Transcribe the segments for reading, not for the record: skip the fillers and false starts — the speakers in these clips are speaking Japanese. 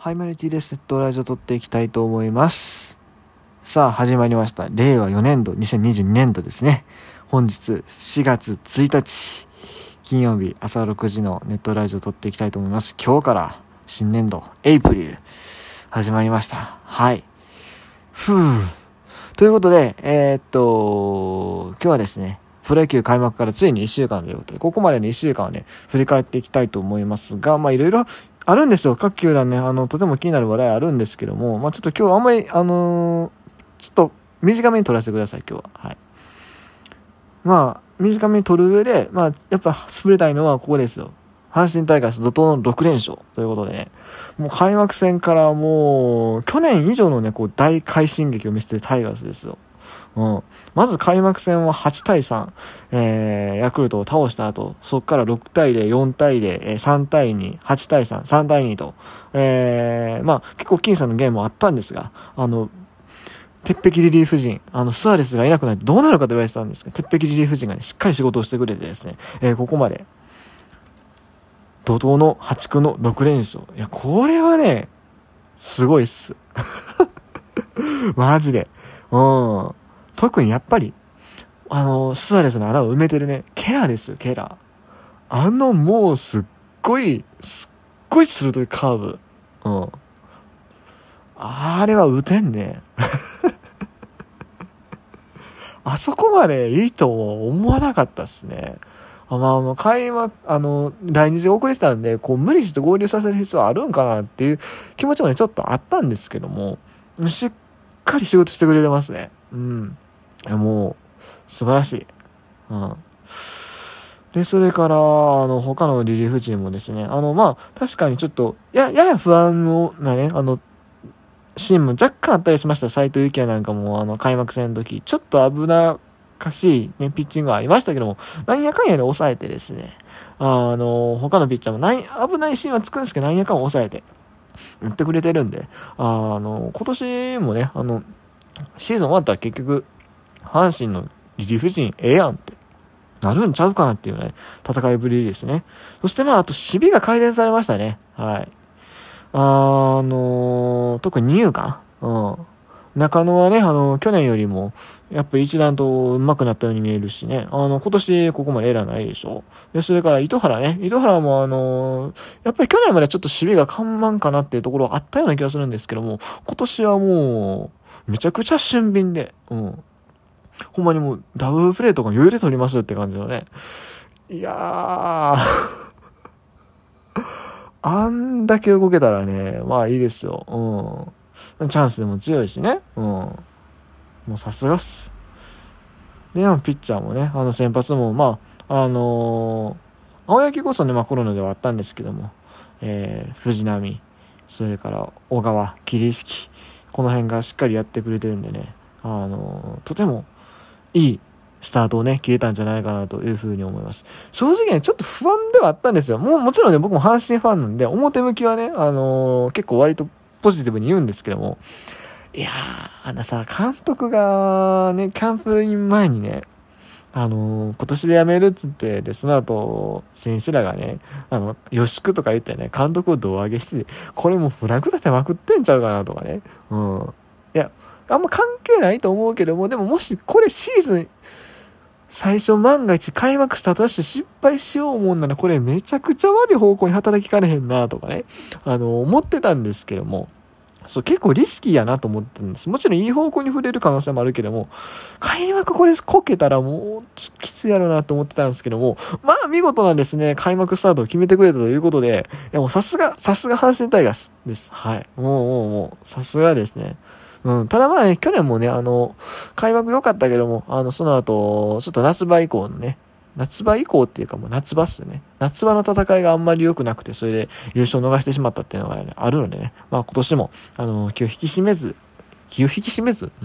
ハイマルティでセットラジオを撮っていきたいと思います。さあ始まりました。令和4年度2022年度ですね。本日4月1日金曜日朝6時のネットラジオを撮っていきたいと思います。今日から新年度エイプリル始まりました。はい。ということで今日はですね、プロ野球開幕からついに1週間ということで、ここまでの1週間をね振り返っていきたいと思いますが、いろいろあるんですよ。各球団ね、とても気になる話題あるんですけども、ちょっと今日あんまり、ちょっと短めに撮らせてください、今日は。はい。短めに撮る上で、やっぱ触れたいのはここですよ。阪神タイガース怒涛の6連勝ということでね、もう開幕戦からもう、去年以上のね、大快進撃を見せてるタイガースですよ。まず開幕戦は8対3、ヤクルトを倒した後、そこから6対0、4対0、3対2、8対3、3対2と、結構僅差のゲームもあったんですが、鉄壁リリーフ陣、スアレスがいなくなってどうなるかと言われてたんですが、鉄壁リリーフ陣がね、しっかり仕事をしてくれてですね、ここまで、怒涛の破竹の6連勝。いや、これはね、すごいっす。マジで。特にやっぱり、スアレスの穴を埋めてるね、ケラですよ、ケラ。もうすっごい鋭いカーブ。あれは打てんね。あそこまでいいとは思わなかったっすね。開幕、来日が遅れてたんで、無理して合流させる必要はあるんかなっていう気持ちもね、ちょっとあったんですけども、しっかり仕事してくれてますね。もう、素晴らしい。で、それから、他のリリーフ陣もですね、確かにちょっと、やや不安なね、シーンも若干あったりしました。斉藤幸也なんかも、開幕戦の時、ちょっと危なかしいね、ピッチングがありましたけども、なんやかんやで抑えてですね、他のピッチャーも危ないシーンはつくんですけど、なんやかん抑えて、やってくれてるんで、今年もね、シーズン終わったら結局、阪神のリリーフ陣ええやんってなるんちゃうかなっていうね、戦いぶりですね。そしてあと守備が改善されましたね。はい。特に二遊間中野はね、去年よりも、やっぱり一段と上手くなったように見えるしね。今年ここまでエラーないでしょ。で、それから糸原ね。糸原もやっぱり去年までちょっと守備が緩慢かなっていうところがあったような気がするんですけども、今年はもう、めちゃくちゃ俊敏で、ほんまにもう、ダブルプレーとか余裕で取りますって感じのね。いやー、あんだけ動けたらね、いいですよ。チャンスでも強いしね。もうさすがっす。で、ピッチャーもね、先発も、青柳こそね、コロナではあったんですけども、藤浪、それから小川、桐敷、この辺がしっかりやってくれてるんでね、とてもいいスタートをね、切れたんじゃないかなというふうに思います。正直ね、ちょっと不安ではあったんですよ。もちろんね、僕も阪神ファンなんで、表向きはね、結構割とポジティブに言うんですけども、いやー、監督がね、キャンプイン前にね、今年で辞めるっつってで、その後、選手らがね、予祝とか言ってね、監督を胴上げして、これもうフラグ立てまくってんちゃうかなとかね。いや、あんま関係ないと思うけども、でももしこれシーズン、最初万が一開幕スタートダッシュ失敗しよう思うんなら、これめちゃくちゃ悪い方向に働きかねへんなとかね、思ってたんですけども、結構リスキーやなと思ってるんです。もちろんいい方向に触れる可能性もあるけども、開幕これこけたらもうきついやろうなと思ってたんですけども、見事なですね、開幕スタートを決めてくれたということで、いやもうさすが阪神タイガースです。はい。もう、さすがですね。ただね、去年もね、開幕良かったけども、その後、ちょっと夏場以降っていうかもう夏場っすよね。夏場の戦いがあんまり良くなくて、それで優勝逃してしまったっていうのが、ね、あるのでね。今年も、気を引き締めて、気を引き締めず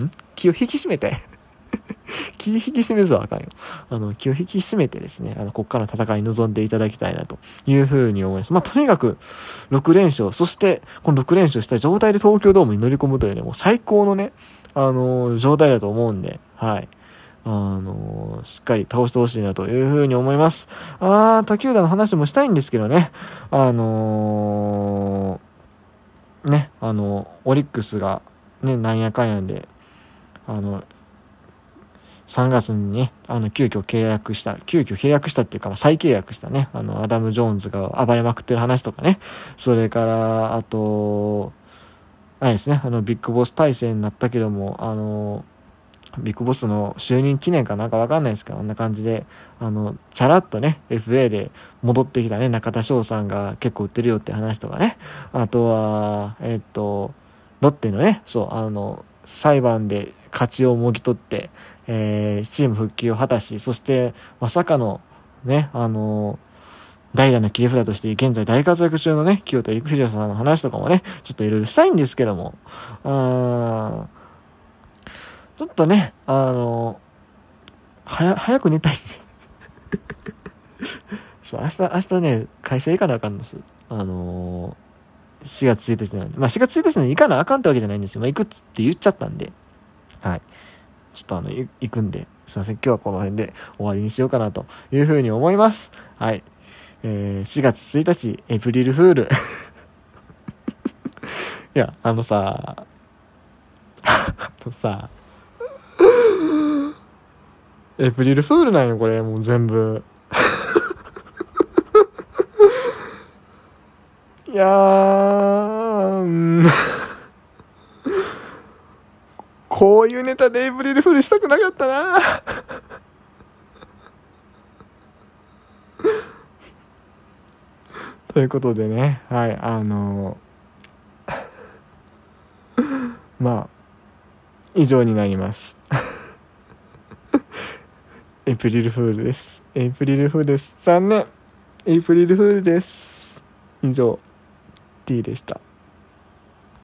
はあかんよ。気を引き締めてですね、こっからの戦いに臨んでいただきたいなというふうに思います。とにかく、6連勝、そして、この6連勝した状態で東京ドームに乗り込むというね、もう最高のね、状態だと思うんで、はい。しっかり倒してほしいなというふうに思います。他球団の話もしたいんですけどね。ね、 オリックスがね、なんやかんやで、3月にね、急遽契約したっていうか、再契約したね、アダム・ジョーンズが暴れまくってる話とかね、それから、あと、あれですね、ビッグボス体制になったけども、ビッグボスの就任記念かなんかわかんないですけど、あんな感じで、チャラッとね、FA で戻ってきたね、中田翔さんが結構売ってるよって話とかね、あとは、ロッテのね、そう、裁判で勝ちをもぎ取って、チーム復帰を果たし、そして、まさかの、ね、代打の切り札として現在大活躍中のね、清田幸宏さんの話とかもね、ちょっといろいろしたいんですけども、ちょっとね、早く寝たいんで。そう、明日ね、会社行かなあかんのです。4月1日なんで。まあ、4月1日に行かなあかんってわけじゃないんですよ。まあ、行くって言っちゃったんで。はい。ちょっと行くんで、すいません。今日はこの辺で終わりにしようかなというふうに思います。はい。4月1日、エイプリルフール。いや、エイプリルフールなんよ、これ、もう全部。いやー、こういうネタでエイプリルフールしたくなかったな。ということでね、はい、まあ、以上になります。エイプリルフールです。エイプリルフールです。残念。エイプリルフールです。以上、T でした。